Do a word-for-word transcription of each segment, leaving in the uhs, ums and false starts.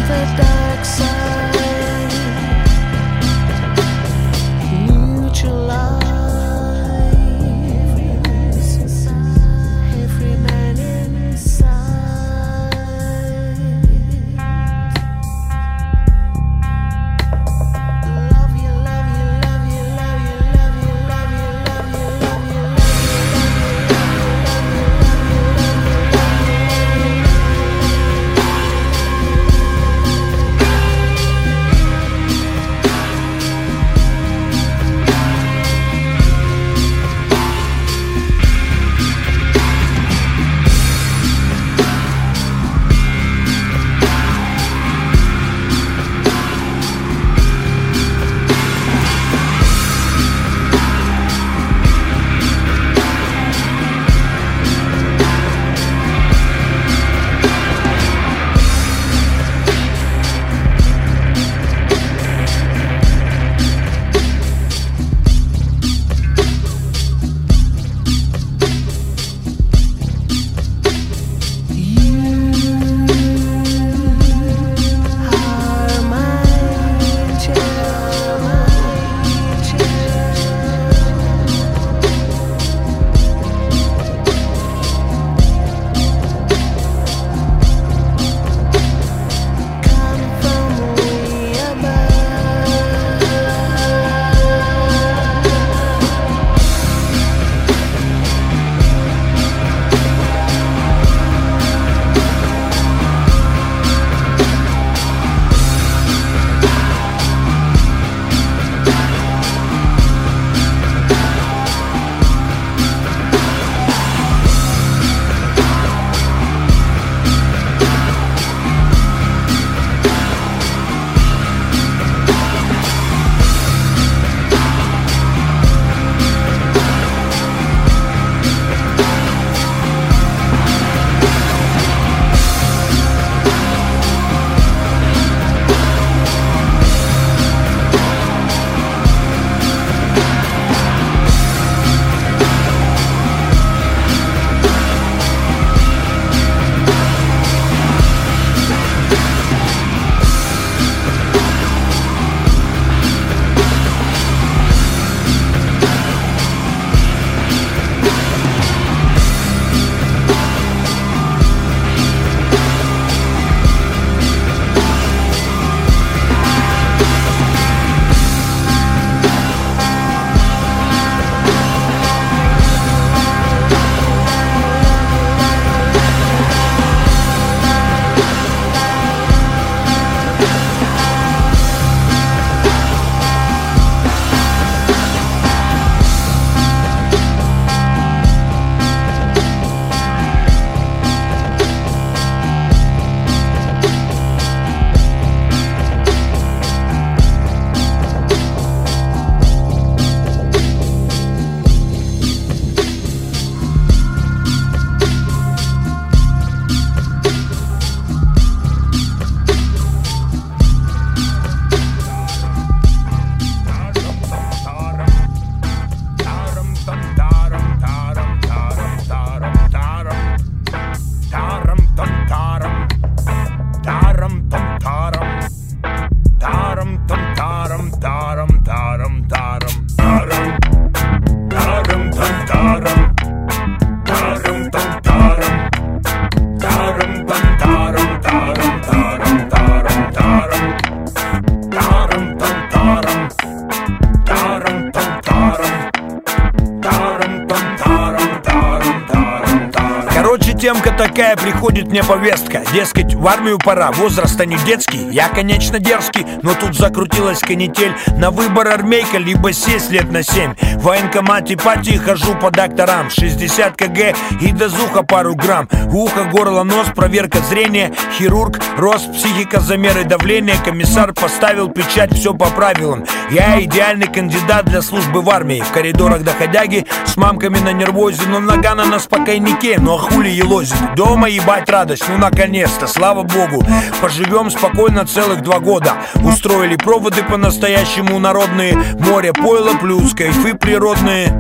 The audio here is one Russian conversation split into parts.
Темка такая, приходит мне повестка. Дескать, в армию пора, возраст-то не детский. Я, конечно, дерзкий, но тут закрутилась канитель. На выбор армейка, либо сесть лет на семь. В военкомате пати хожу по докторам. шестьдесят килограмм и дозуха пару грамм. Ухо, горло, нос, проверка зрения. Хирург, рост, психика, замеры давления. Комиссар поставил печать, все по правилам. Я идеальный кандидат для службы в армии. В коридорах доходяги с мамками на нервозе. Но Нагана на спокойнике, ну а хули елозит. Дома ебать радость, ну наконец-то, слава богу. Поживем спокойно целых два года. Устроили проводы по-настоящему народные. Море, пойло плюс, кайфы природные.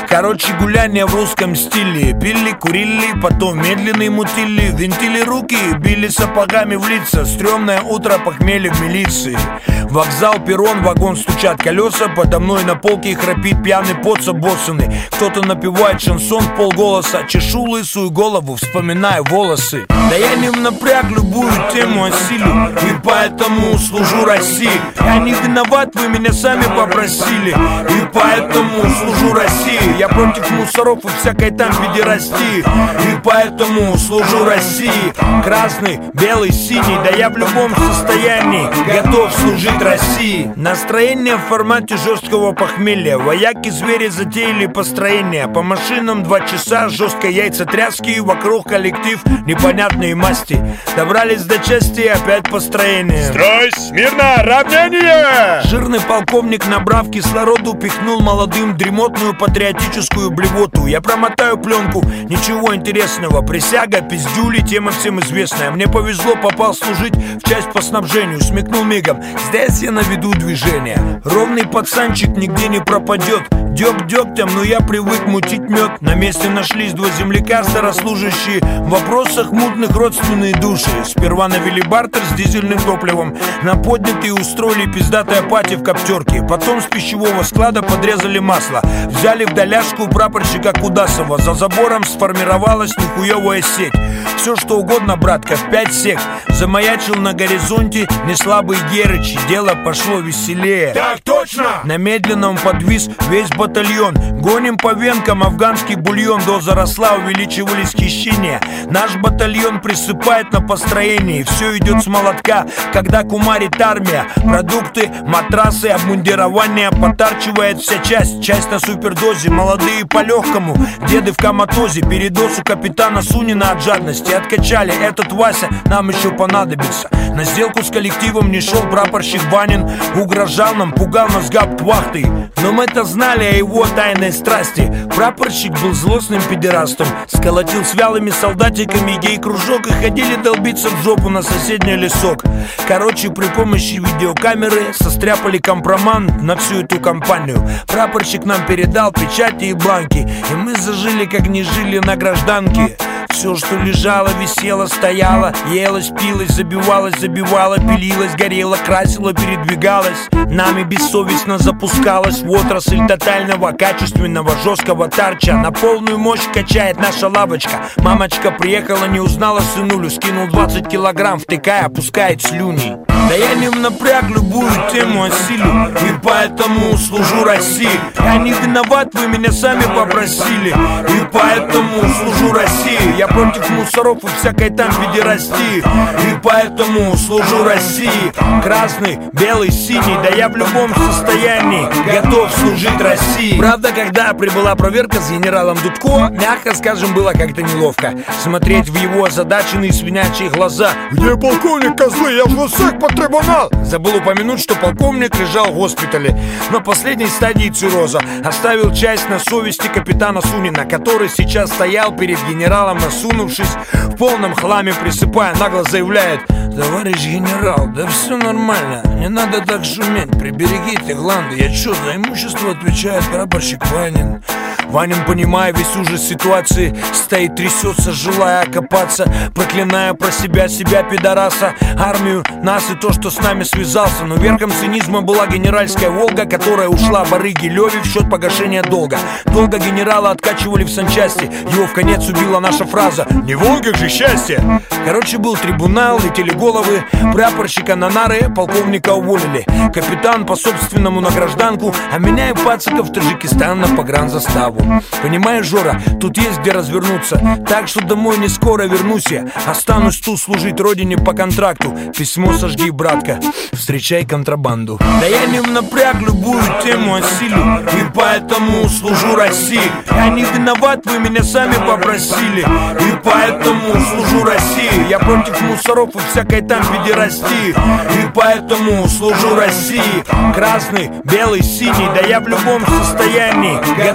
Короче, гуляние в русском стиле. Пили, курили, потом медленные мутили. Винтили руки, били сапогами в лица. Стрёмное утро, похмелье в милиции. Вокзал, перрон, вагон, стучат колеса. Подо мной на полке храпит пьяный поц обоссанный. Кто-то напевает шансон в полголоса. Чешу лысую голову, вспоминаю волосы. Да я не напряг, любую тему осилю, и поэтому служу России. Я не виноват, вы меня сами попросили, и поэтому служу России. Я против мусоров и всякой там педерастии, и поэтому служу России. Красный, белый, синий, да я в любом состоянии готов служить России. Настроение в формате жесткого похмелья. Вояки-звери затеяли построение. По машинам два часа, жесткой яйцетряски. Вокруг коллектив непонятные масти. Добрались до части, опять построение. Строй, смирно, равнение! Жирный полковник, набрав кислороду, пихнул молодым дремотную патриотическую блевоту. Я промотаю пленку, ничего интересного. Присяга, пиздюли, тема всем известная. Мне повезло, попал служить в часть по снабжению. Смекнул мигом, здесь я наведу движение. Ровный пацанчик нигде не пропадет. Дёг дёгтем, но я привык мутить мед. На месте нашлись два земляка, старослужащие. В вопросах мутных родственные души. Сперва навели бартер с дизельным топливом. На поднятые устроили пиздатые пати в коптерке. Потом с пищевого склада подрезали масло. Взяли в доляшку прапорщика Кудасова. За забором сформировалась нихуевая сеть. Все что угодно, братка, в пять сек. Замаячил на горизонте неслабый Герыч. Дело пошло веселее. Так точно! На медленном подвис весь батальон. Гоним по венкам афганский бульон. Доза росла, увеличивались хищения. Наш батальон присыпает на построении. Все идет с молотка, когда кумарит армия. Продукты, матрасы, обмундирование. Потарчивает вся часть, часть на супердозе. Молодые по легкому, деды в коматозе. Передоз у капитана Сунина от жадности. Откачали, этот Вася нам еще понадобится. На сделку с коллективом не шел прапорщик Ванин. Угрожал нам, пугал нас гап-вахтой. Но мы-то знали о его тайной страсти. Прапорщик был злостным педерастом. Сколотил с вялыми солдатиками гей-кружок и ходили долбиться в жопу на соседний лесок. Короче, при помощи видеокамеры состряпали компромат на всю эту компанию. Прапорщик нам передал печати и бланки, и мы зажили, как не жили на гражданке. Все, что лежало, висело, стояло, елось, пилось, забивалось, забивало, пилилось, горело, красило, передвигалось. Нами бессовестно запускалась в отрасль тотального, качественного, жесткого тарча. На полную мощь качает наша лавочка. Мамочка приехала, не узнала сынулю. Скинул двадцать килограмм, втыкая, опускает слюни. Да я не напряг, любую тему осилю, и поэтому служу России. Я не виноват, вы меня сами попросили, и поэтому служу России. Я против мусоров и всякой там педерастии, и поэтому служу России. Красный, белый, синий, да я в любом состоянии готов служить России. Правда, когда прибыла проверка с генералом Дудко, мягко скажем, было как-то неловко смотреть в его озадаченные свинячьи глаза. Где полковник, козлы? Я в ГОСЭК по трибунал! Забыл упомянуть, что полковник лежал в госпитале на последней стадии цирроза. Оставил часть на совести капитана Сунина, который сейчас стоял перед генералом, насунувшись в полном хламе, присыпая, нагло заявляет: товарищ генерал, да все нормально, не надо так шуметь, приберегите гланды. Я чё, за имущество отвечает прапорщик Ванин. Ванин, понимая весь ужас ситуации, стоит, трясется, желая окопаться, проклиная про себя, себя, пидораса, армию, нас и то, что с нами связался. Но верхом цинизма была генеральская Волга, которая ушла барыге Леве в счет погашения долга. Долго генерала откачивали в санчасти, его в конец убила наша фраза: «Не в Волгах же счастье!» Короче, был трибунал, летели головы, прапорщика на нары, полковника уволили. Капитан по собственному на гражданку, а меня и пацака в Таджикистан на погранзаставу. Понимаешь, Жора, тут есть где развернуться, так что домой не скоро вернусь я. Останусь тут служить родине по контракту. Письмо сожги, братка, встречай контрабанду. Да я не напряг, любую тему осилю, и поэтому служу России. Я не виноват, вы меня сами попросили, и поэтому служу России. Я против мусоров и всякой там педерастии, и поэтому служу России. Красный, белый, синий, да я в любом состоянии готов служить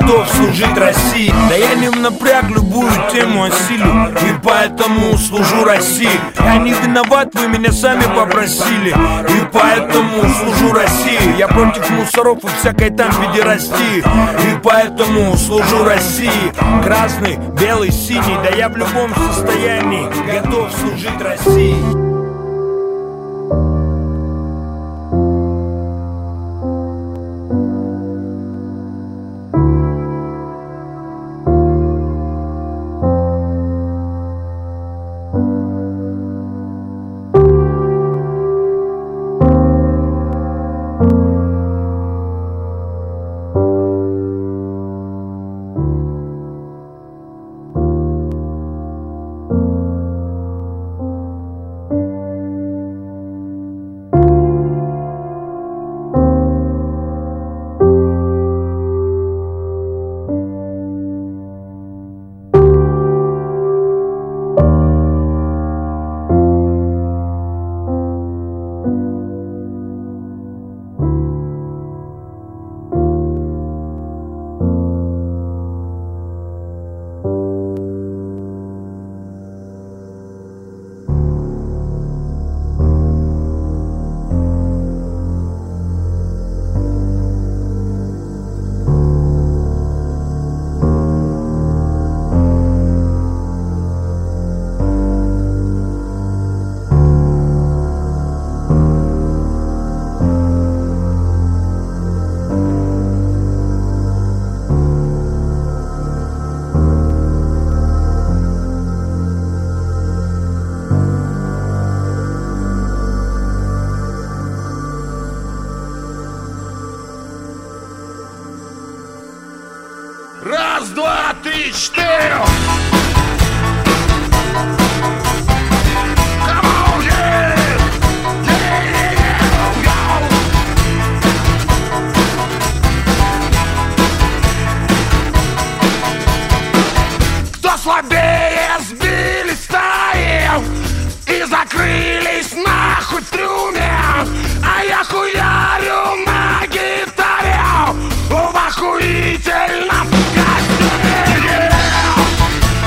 служить России. Да я не в напряг, любую тему осилю, и поэтому служу России. Я не виноват, вы меня сами попросили, и поэтому служу России. Я против мусоров и всякой там педерастии, и поэтому служу России. Красный, белый, синий, да я в любом состоянии готов служить России. Раз, два, три, четыре. Come on, yeah. Yeah, yeah, yeah, yo. Кто слабее, сбили стаи и закрылись нахуй в трюме, а я хуярю на гитаре в охуительном костюме.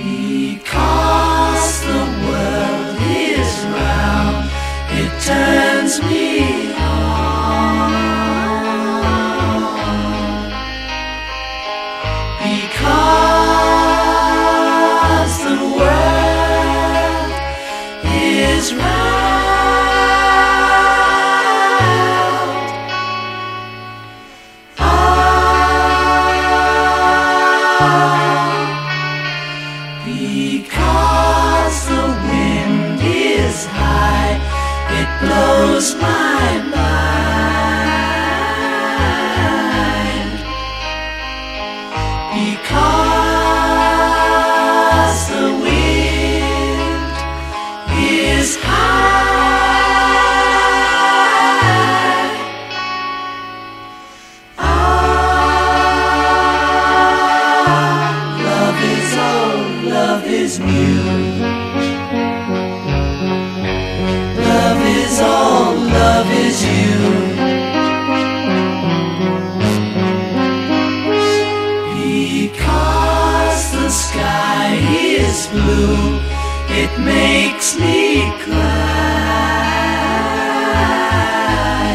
Because the world is round, it turns me on. Because the world is round, ah, because the wind is high, it blows my mind. Because the wind is high, ah, love is old, love is new. Love is all, love is you. Because the sky is blue, it makes me cry.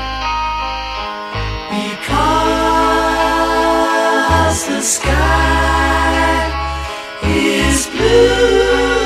Because the sky is blue.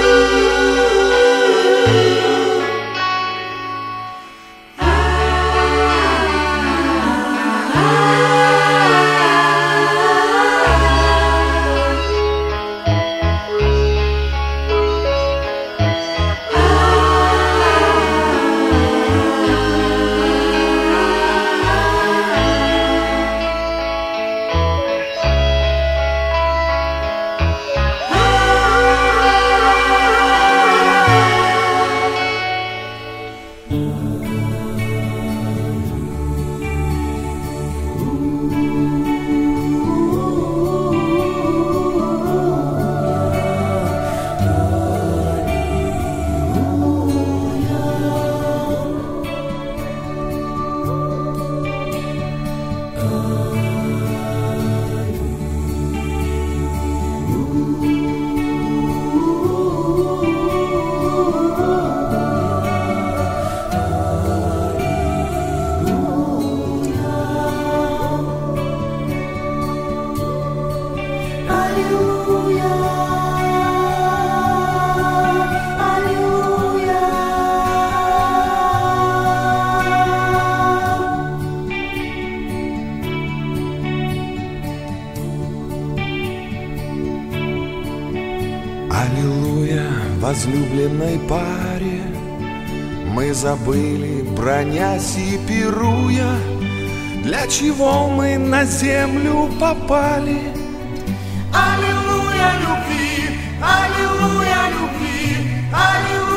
Аллилуйя, возлюбленной паре, мы забыли, бронясь и пируя, для чего мы на землю попали. Аллилуйя любви, аллилуйя любви, аллилуйя.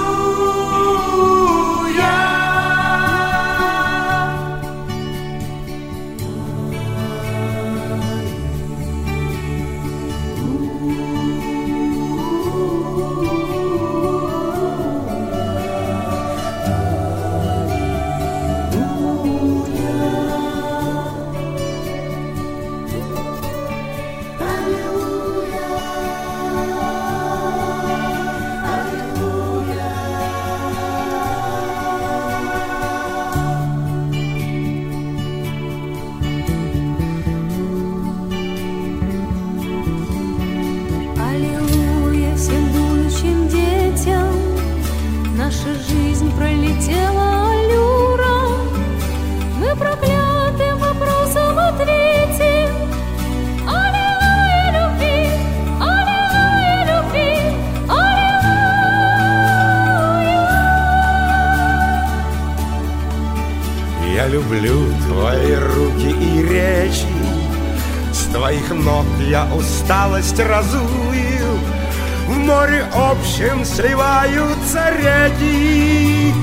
Наша жизнь пролетела аллюром, мы проклятым вопросом ответим. Аллилуйя любви, аллилуйя любви, аллилуйя. Я люблю твои руки и речи, с твоих ног я усталость разую. В море общем сливаются реки.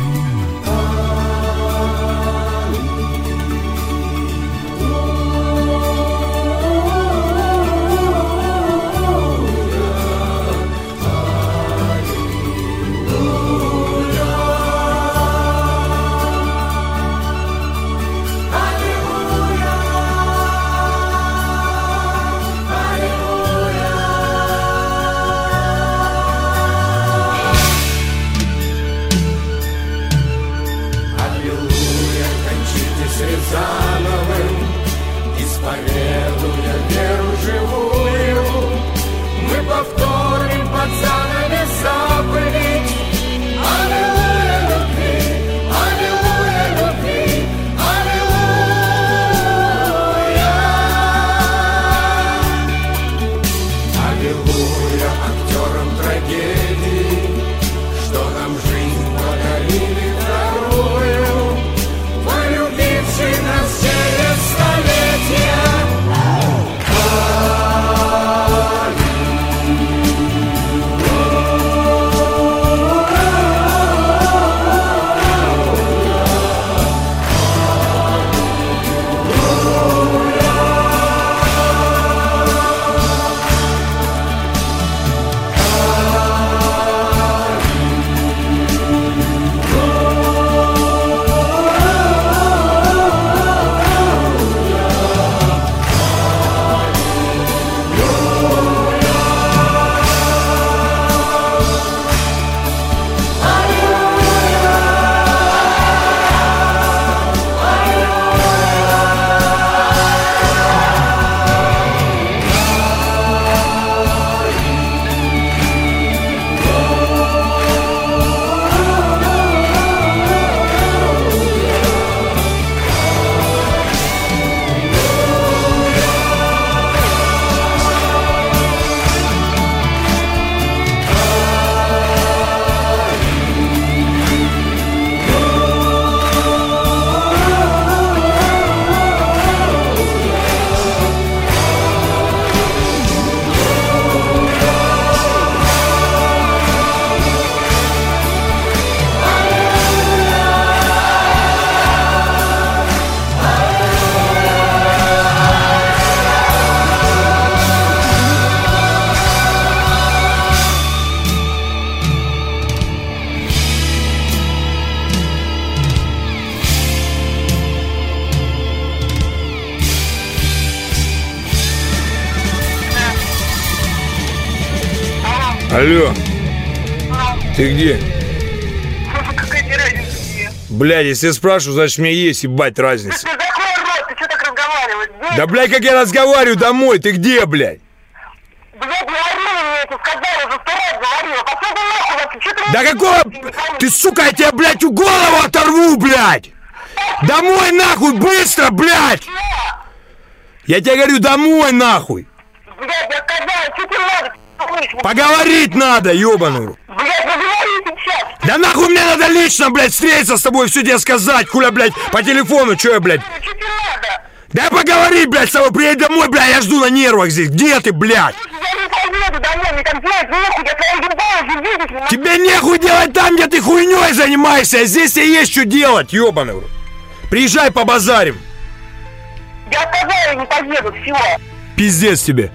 Алло. Ты где? Какая тебе разница тебе? Блядь, если я спрашиваю, значит мне есть, ебать, разница. Ты закрой рот, ты что так разговариваешь? Где? Да, блядь, как я разговариваю домой, ты где, блядь? Блядь, говорила мне это, сказала, уже сто раз говорила. Пошел ты нахуй вообще, что ты... Да какого... Ты, сука, я тебя, блядь, у голову оторву, блядь! Домой, нахуй, быстро, блядь! Я тебе говорю, домой, нахуй! Блядь, я сказала, что тебе надо? Поговорить надо, ёбаный рот. Блядь, ну говори сейчас. Да нахуй мне надо лично, блядь, встретиться с тобой, все тебе сказать, хуля, блядь, по телефону, чё я, блядь? Что тебе надо? Да поговори, блядь, с тобой, приедь домой, блядь, я жду на нервах здесь, где ты, блядь? Я не поеду домой, мне там делать нехуй, я твоя ебала уже видишь, не могу. Тебе нехуй делать там, где ты хуйней занимаешься, а здесь тебе есть что делать, ёбаный рот. Приезжай, побазарим. Я сказала, я не поеду, все. Пиздец тебе.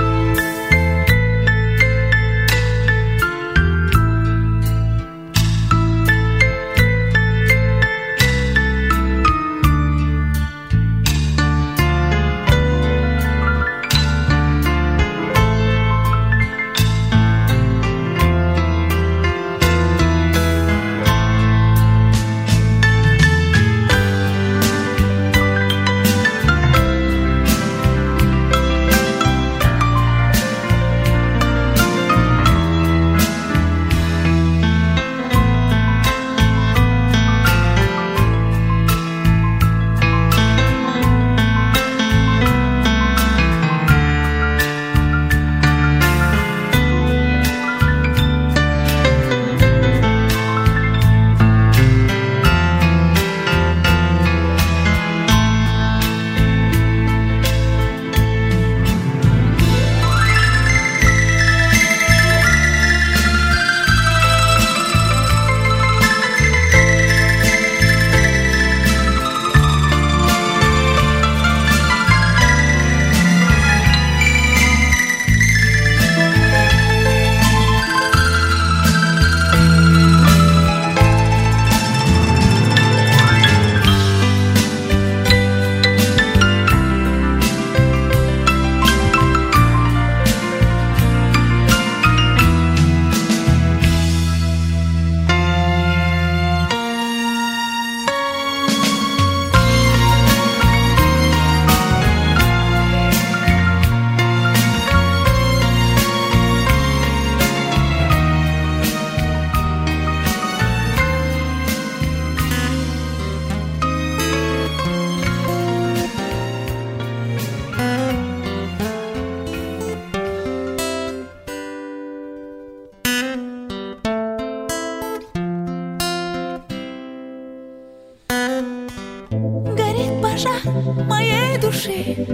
Моей души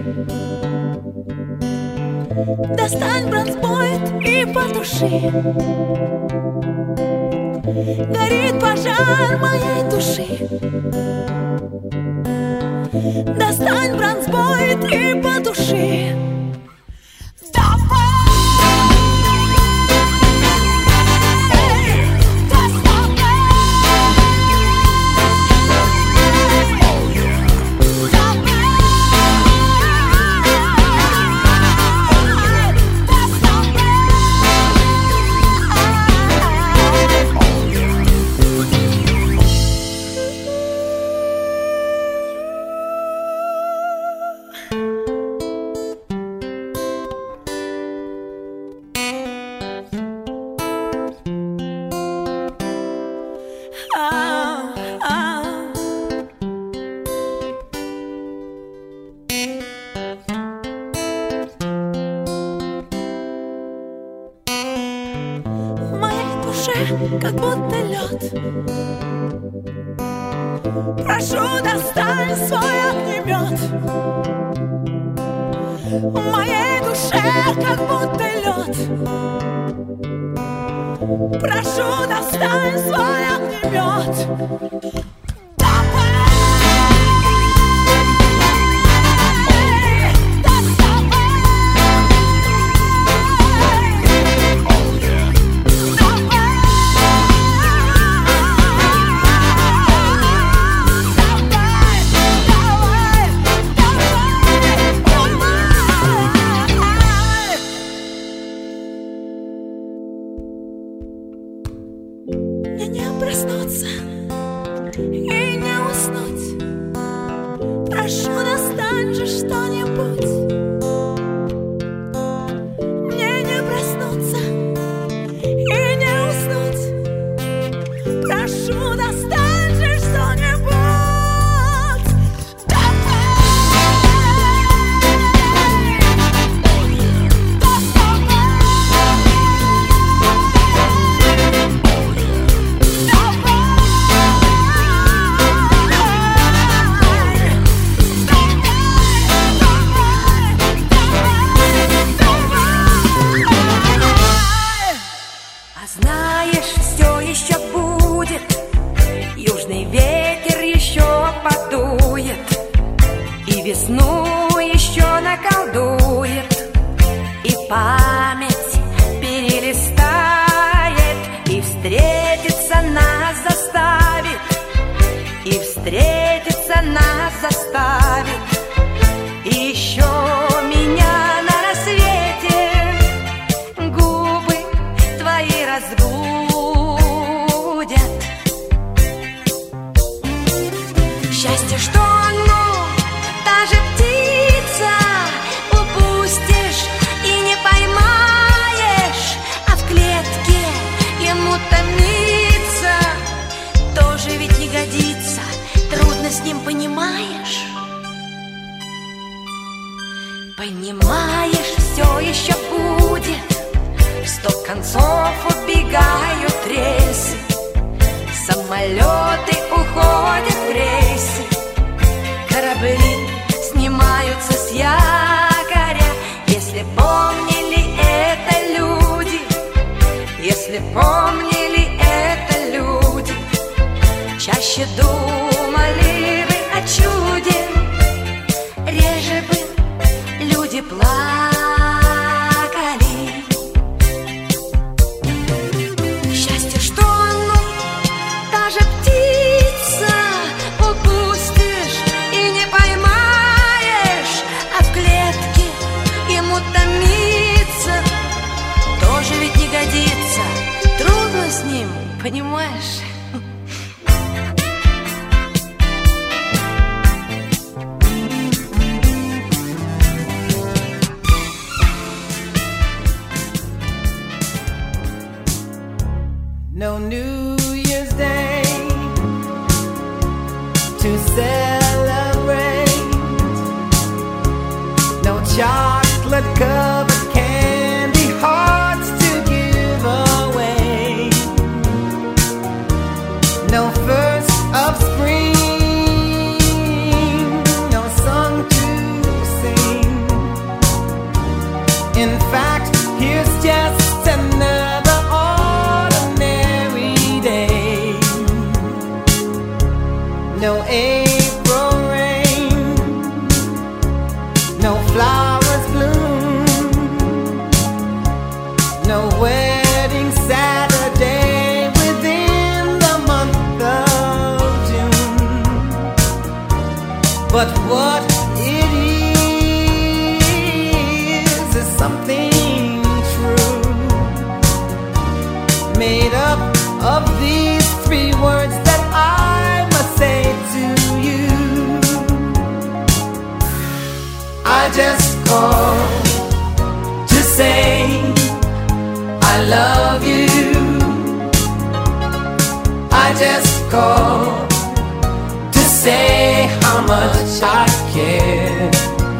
достань бронзбойт и потуши. Горит пожар моей души. Достань бронзбойт и потуши. Как будто лед. Прошу, достань свой огнемет. В моей душе как будто лед. Прошу, достань свой огнемет. проснуться и не уснуть. Прошу, достань же что-нибудь. Мне не проснуться и не уснуть. Прошу, достань же что-нибудь. Весну еще наколдует, и память перелистает, и встретиться нас заставит, и встретиться нас заставит. И еще меня на рассвете губы твои разбудят. Счастье, что даже птица упустишь и не поймаешь, а в клетке ему томиться тоже ведь не годится. Трудно с ним, понимаешь? Понимаешь, все еще будет. В сто концов убегают рельсы, самолеты уходят в рейсы, корабли снимаются с якоря. Если помнили это люди, если помнили это люди, чаще думали бы о чуде, реже бы люди плакали. Счастье, что оно даже птица упустишь и не поймаешь, а в клетке ему томиться тоже ведь не годится. Трудно с ним, понимаешь? No New Year's Day to celebrate, no chocolate covered candy hearts to give away, no first of spring, no song to sing. In fact, here's just another ordinary day. No April rain, no flowers bloom, no wedding Saturday within the month of June. But what it is is something true, made up of these three words that I must say to you. I just called to say I love you. I just called to say how much I care.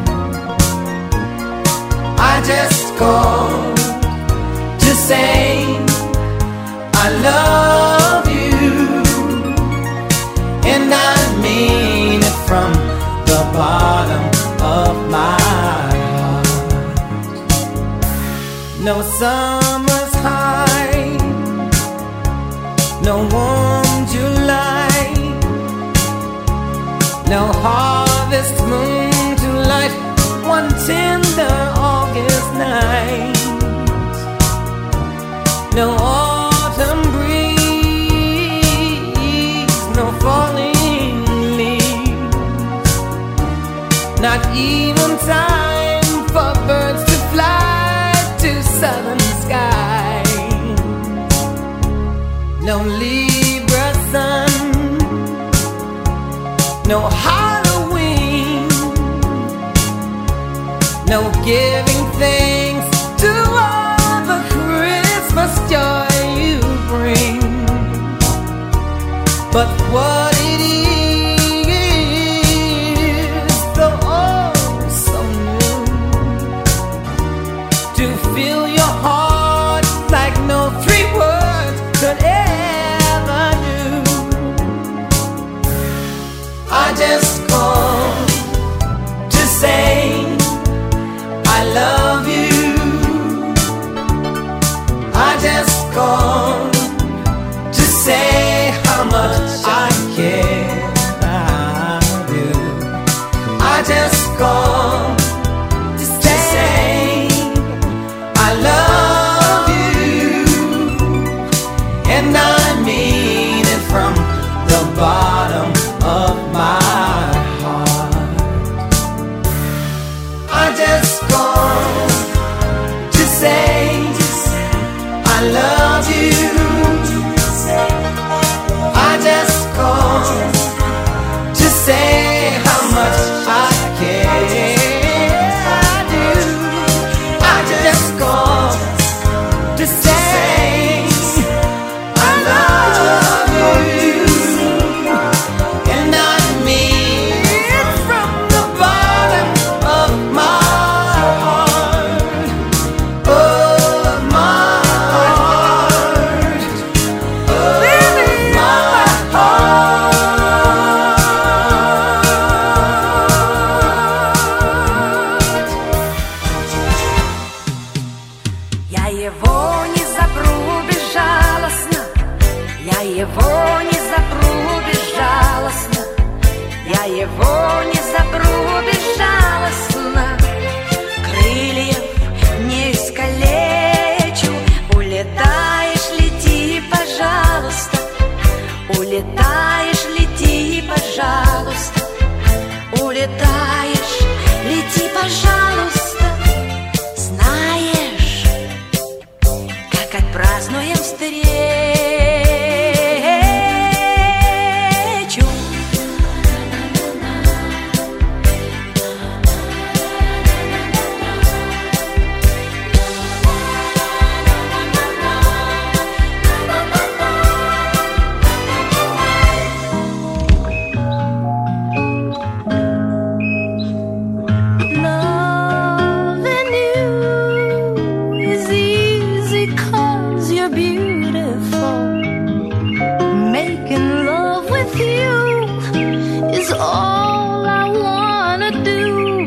I just called to say I love you, and I mean it from the bottom of my heart. No summer's high, no warm July, no harvest moon to light one tender August night, no autumn breeze, no falling leaves, not even time for birds to fly to southern skies, no Libra no Halloween, no giving thanks to all the Christmas joy you bring. But what it is, though oh so new, to fill your heart like no three words could ever do. I just called to say I love you. I just called to say how much I care. I do. I just called to say I love you, and I mean it from the bottom of my heart. I just called to say I love you. I just called to say how much I care. I do. I just called to say I love you, and I mean it from the bottom of my heart, of my heart, of my heart. Я его не запру безжалостно, я его не запру безжалостно, я его не запру безжалостно. Крыльев не искалечу, улетаешь, лети, пожалуйста, улетаешь, лети, пожалуйста, улетаешь, лети, пожалуйста. Знаешь, как отпразднуем встречу. Loving you is easy 'cause you're beautiful. Making love with you is all I wanna do.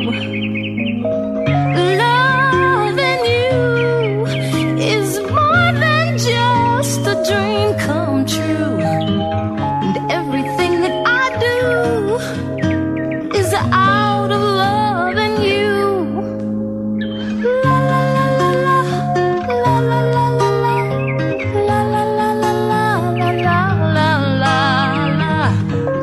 Loving you is more than just a dream come true. And everything that I do is out of love and you. La la la la la, la la la la la, la la la la la, la la la la la.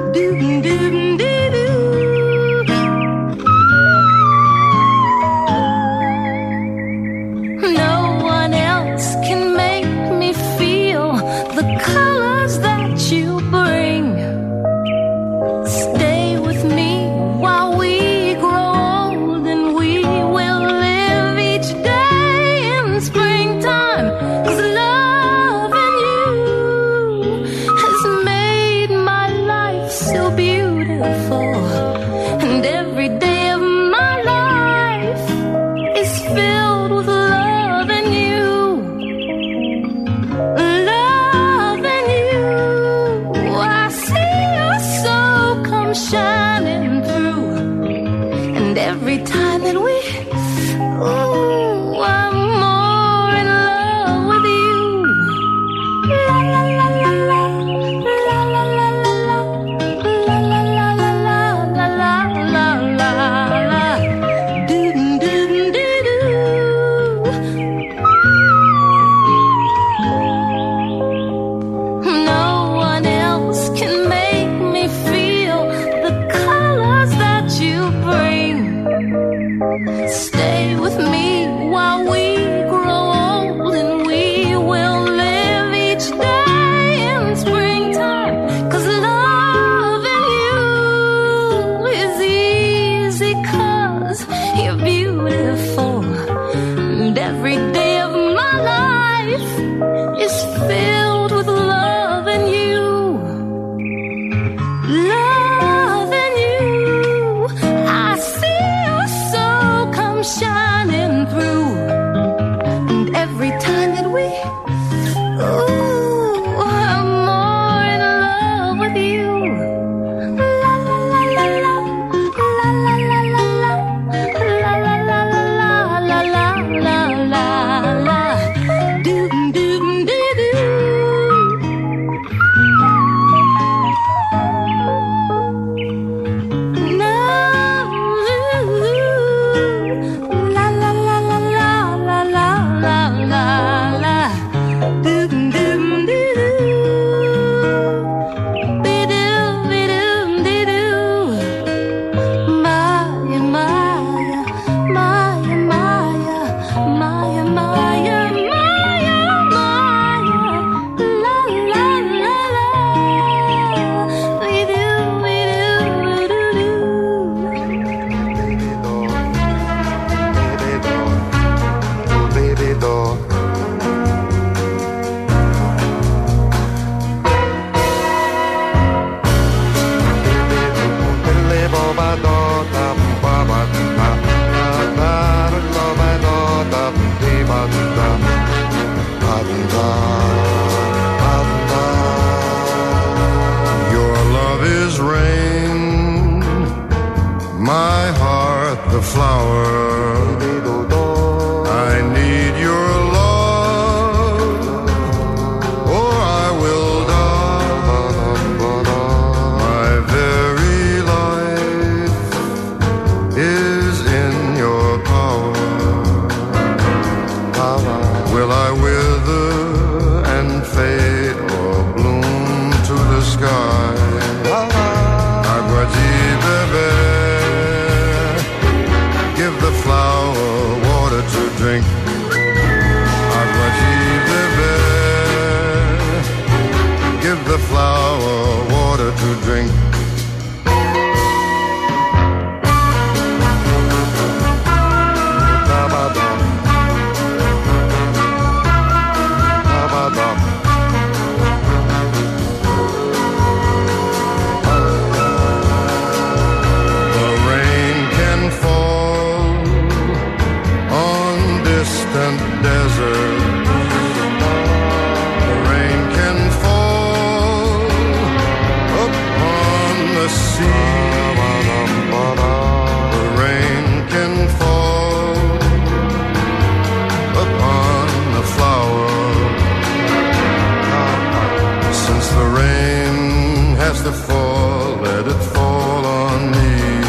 to fall, let it fall on me.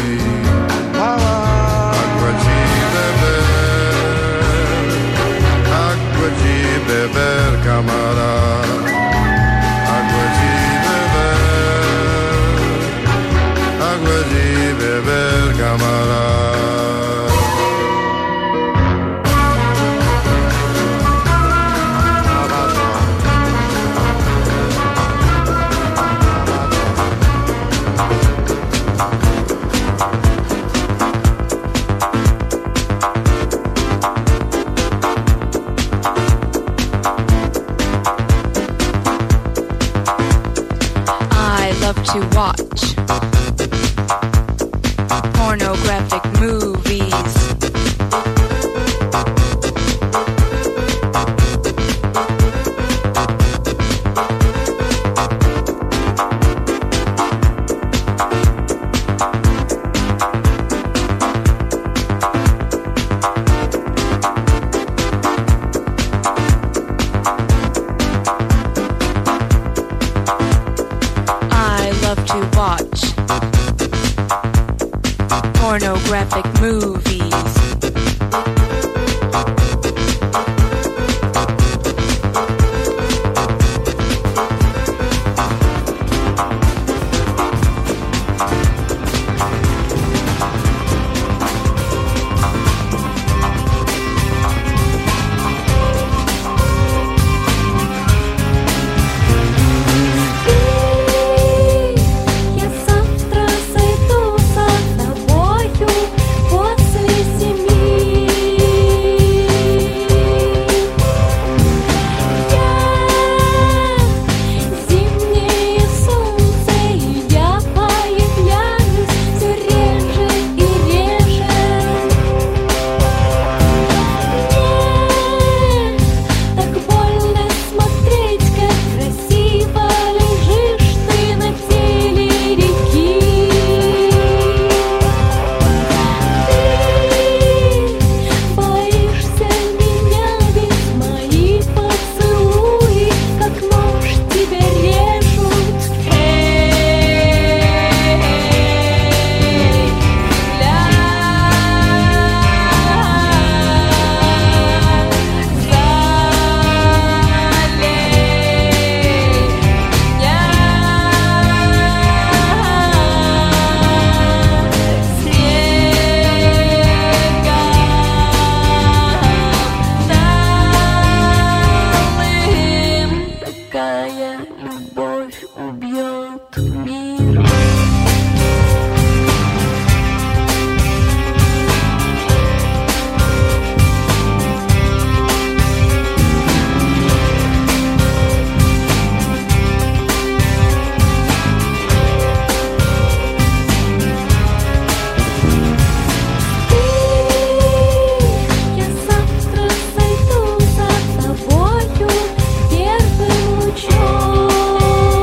Acqua di bever, acqua di bever, camarada. Acqua di bever, acqua di bever, camarada. To watch pornographic movies. To watch pornographic movies. Первым лучом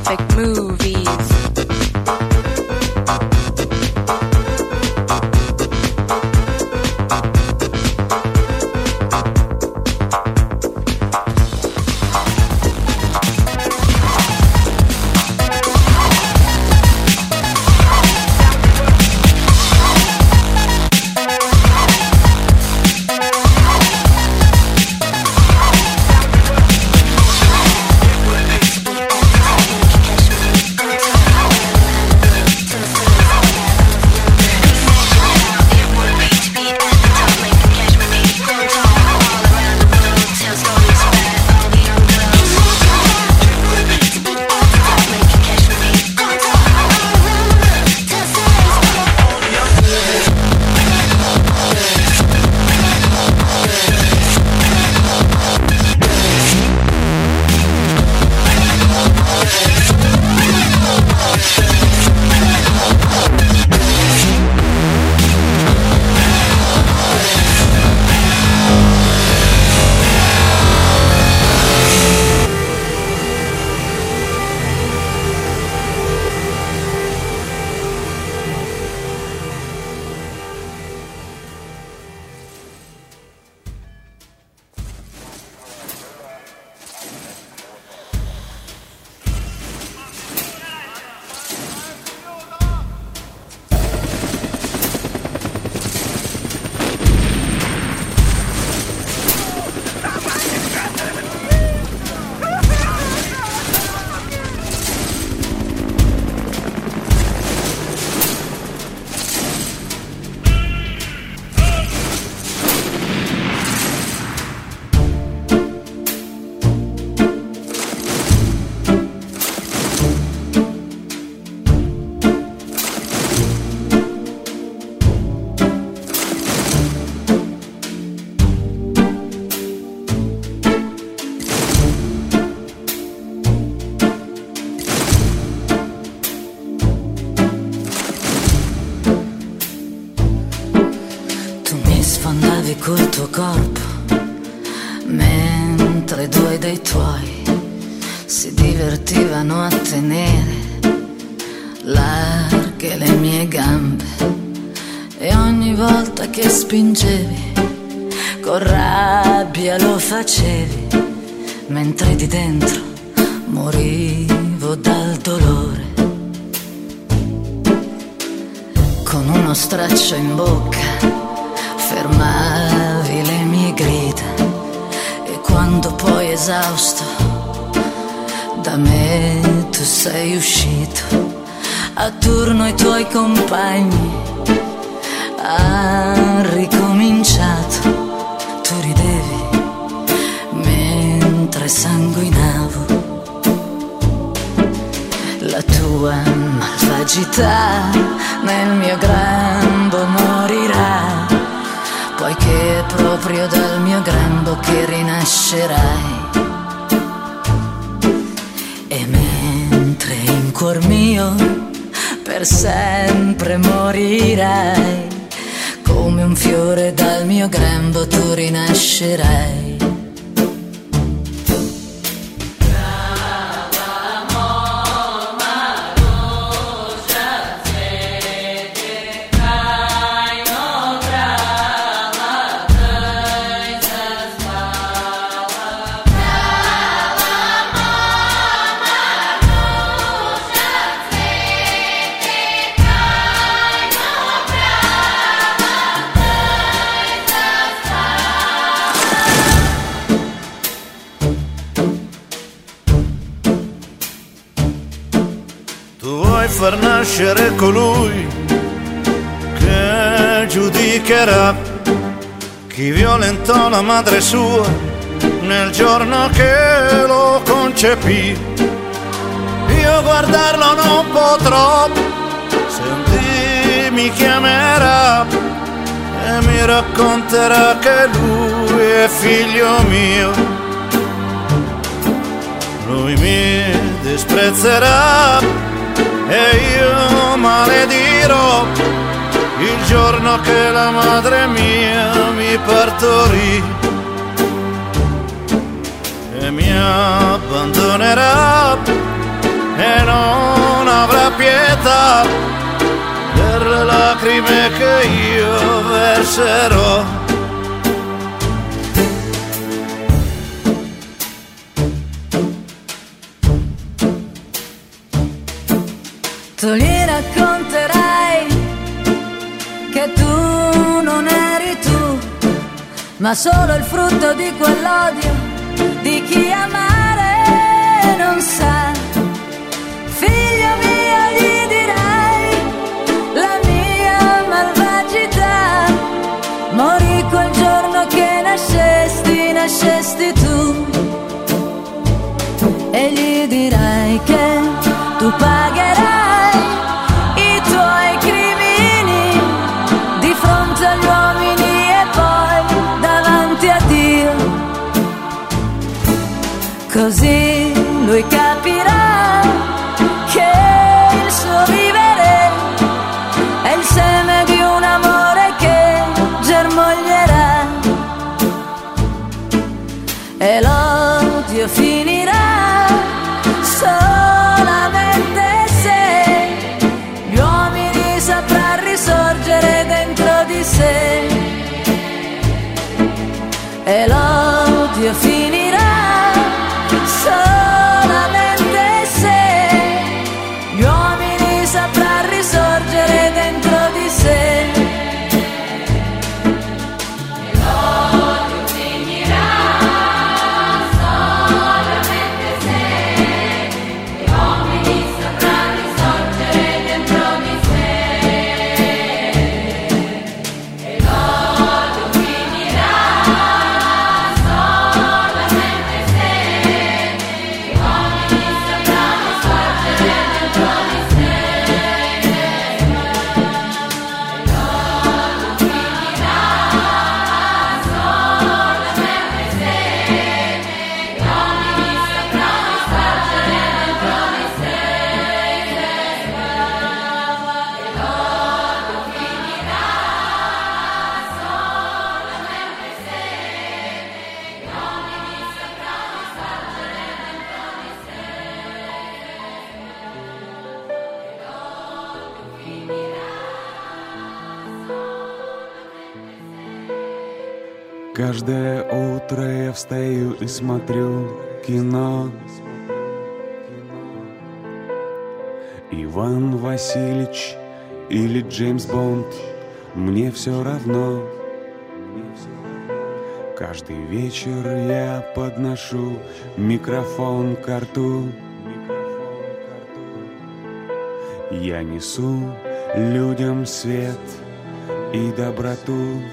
perfect movies. Col tuo corpo, mentre due dei tuoi si divertivano a tenere larghe le mie gambe, e ogni volta che spingevi con rabbia lo facevi, mentre di dentro morivo dal dolore. Con uno straccio in bocca fermavi le mie grida, e quando poi esausto da me tu sei uscito, a turno i tuoi compagni han ricominciato. Tu ridevi mentre sanguinavo, la tua malvagità nel mio grembo morirà, poiché è proprio dal mio grembo che rinascerai. E mentre in cuor mio per sempre morirai, come un fiore dal mio grembo tu rinascerai. Far nascere colui che giudicherà chi violentò la madre sua nel giorno che lo concepì. Io guardarlo non potrò, se un dì mi chiamerà e mi racconterà che lui è figlio mio. Lui mi disprezzerà e io maledirò il giorno che la madre mia mi partorì, e mi abbandonerà e non avrà pietà per le lacrime che io verserò. Tu gli racconterai che tu non eri tu, ma solo il frutto di quell'odio di chi amare non sa. Figlio mio, gli dirai la mia malvagità, morì quel giorno che nascesti, nascesti tu. E gli dirai che tu pagherai i tuoi crimini di fronte agli uomini e poi davanti a Dio. Così lui capirà che il suo vivere è il seme di un amore che germoglierà e l'odio finirà solamente se gli uomini saprà risorgere dentro di sé e l'odio finirà solamente se gli uomini saprà risorgere dentro di sé. Каждое утро я встаю и смотрю кино. Иван Васильевич или Джеймс Бонд, мне все равно. Каждый вечер я подношу микрофон к рту. Я несу людям свет и доброту.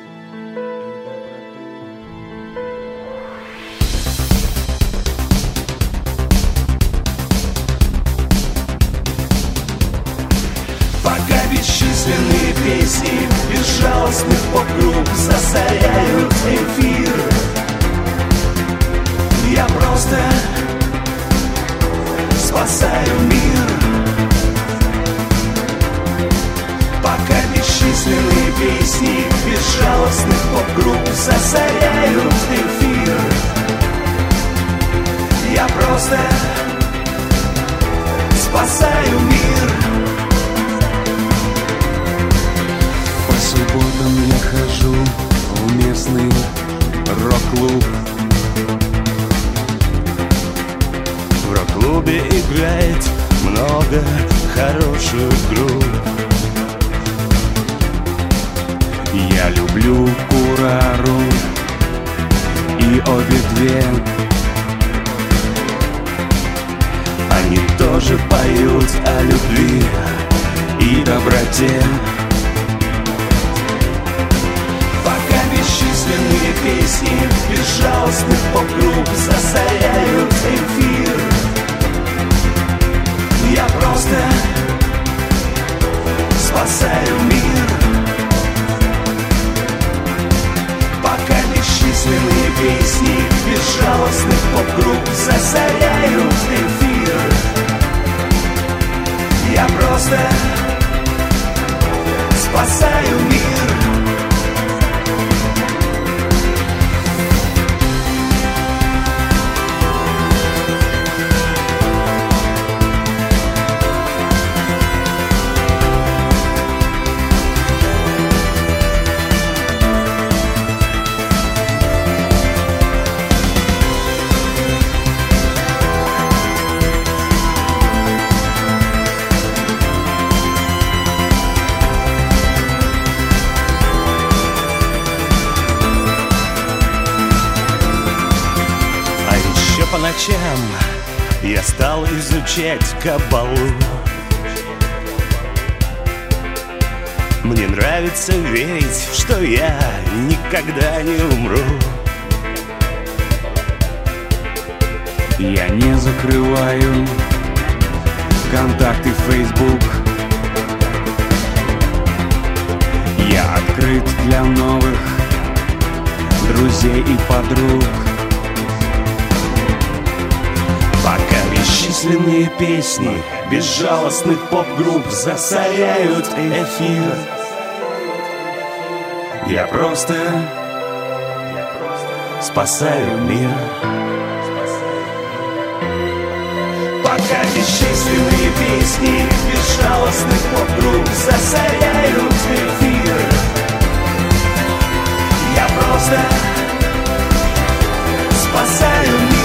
Бесчисленные песни безжалостных поп-групп засоряют эфир. Я просто спасаю мир. Пока бесчисленные песни безжалостных поп-групп засоряют эфир. Я просто спасаю мир. По субботам я хожу в местный рок-клуб. В рок-клубе играет много хороших групп. Я люблю Курару и обе две. Они тоже поют о любви и доброте. Бесчисленные песни безжалостных поп-групп засоряют эфир. Я просто спасаю мир. Пока бесчисленные песни безжалостных поп-групп засоряют эфир. Я просто спасаю мир. ночам я стал изучать кабалу. Мне нравится верить, что я никогда не умру. Я не закрываю контакты в Facebook. Я открыт для новых друзей и подруг. Пока бесчисленные песни безжалостных поп-групп засоряют эфир, я просто спасаю мир. Пока бесчисленные песни безжалостных поп-групп засоряют эфир, я просто спасаю мир.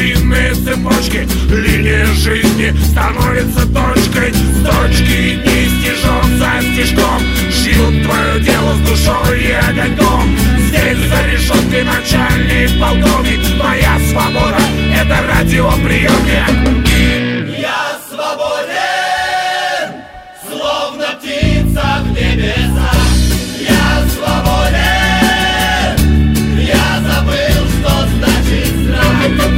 длинные цепочки. Линия жизни становится точкой. С точки дни стежок за стежком шьют твое дело с душой и огоньком. Здесь за решеткой начальник, полковник. Моя свобода — это радиоприемник. Я свободен, словно птица в небесах. Я свободен, я забыл, что значит страх.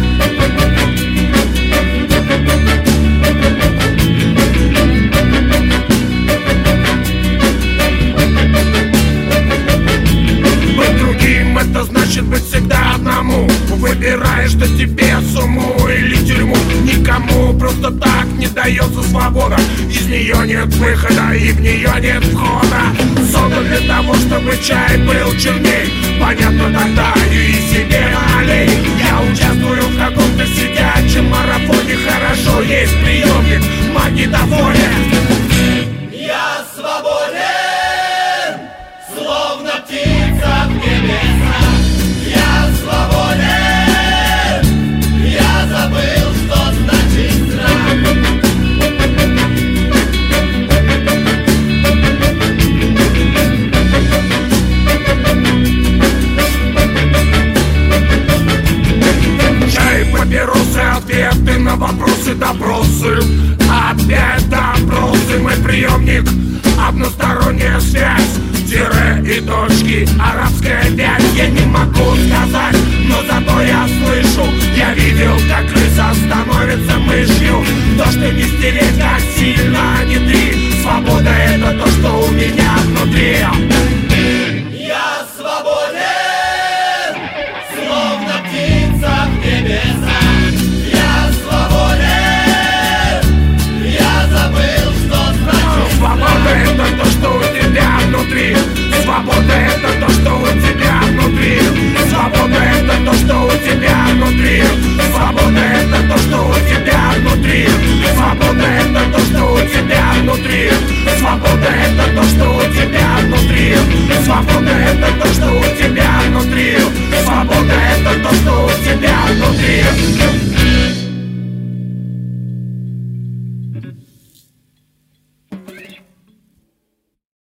Быть другим — это значит быть всегда одному. Выбираешь, что тебе сумму или тюрьму. Никому просто так не дается свобода. Из нее нет выхода и в нее нет входа. Создан для того, чтобы чай был черней. Понятно тогда и себе налей. Я участвую в каком-то сидячем марафоне. Хорошо, есть приемник, магнитофоне. Я свободен, словно птица в небесах. Я свободен, я забыл, что значит страх. Чай, папиросы, ответы на вопросы, допросы. Опять допросы, мой приемник. Односторонняя связь, тире и точки, арабская вязь. Я не могу сказать, но зато я слышу. Я видел, как крыса становится мышью. То, что не стереть, как сильно не три. Свобода — это то, что у меня внутри. Я свободен, словно птица в небесах. Я свободен, я забыл, что значит свобода — это то, что у тебя внутри. Свобода — это то, что у тебя внутри. Свобода — это то, что у тебя внутри. Свобода — это то, что у тебя внутри. Свобода — это то, что у тебя внутри. Свобода — это то, что у тебя внутри. Свобода — это то, что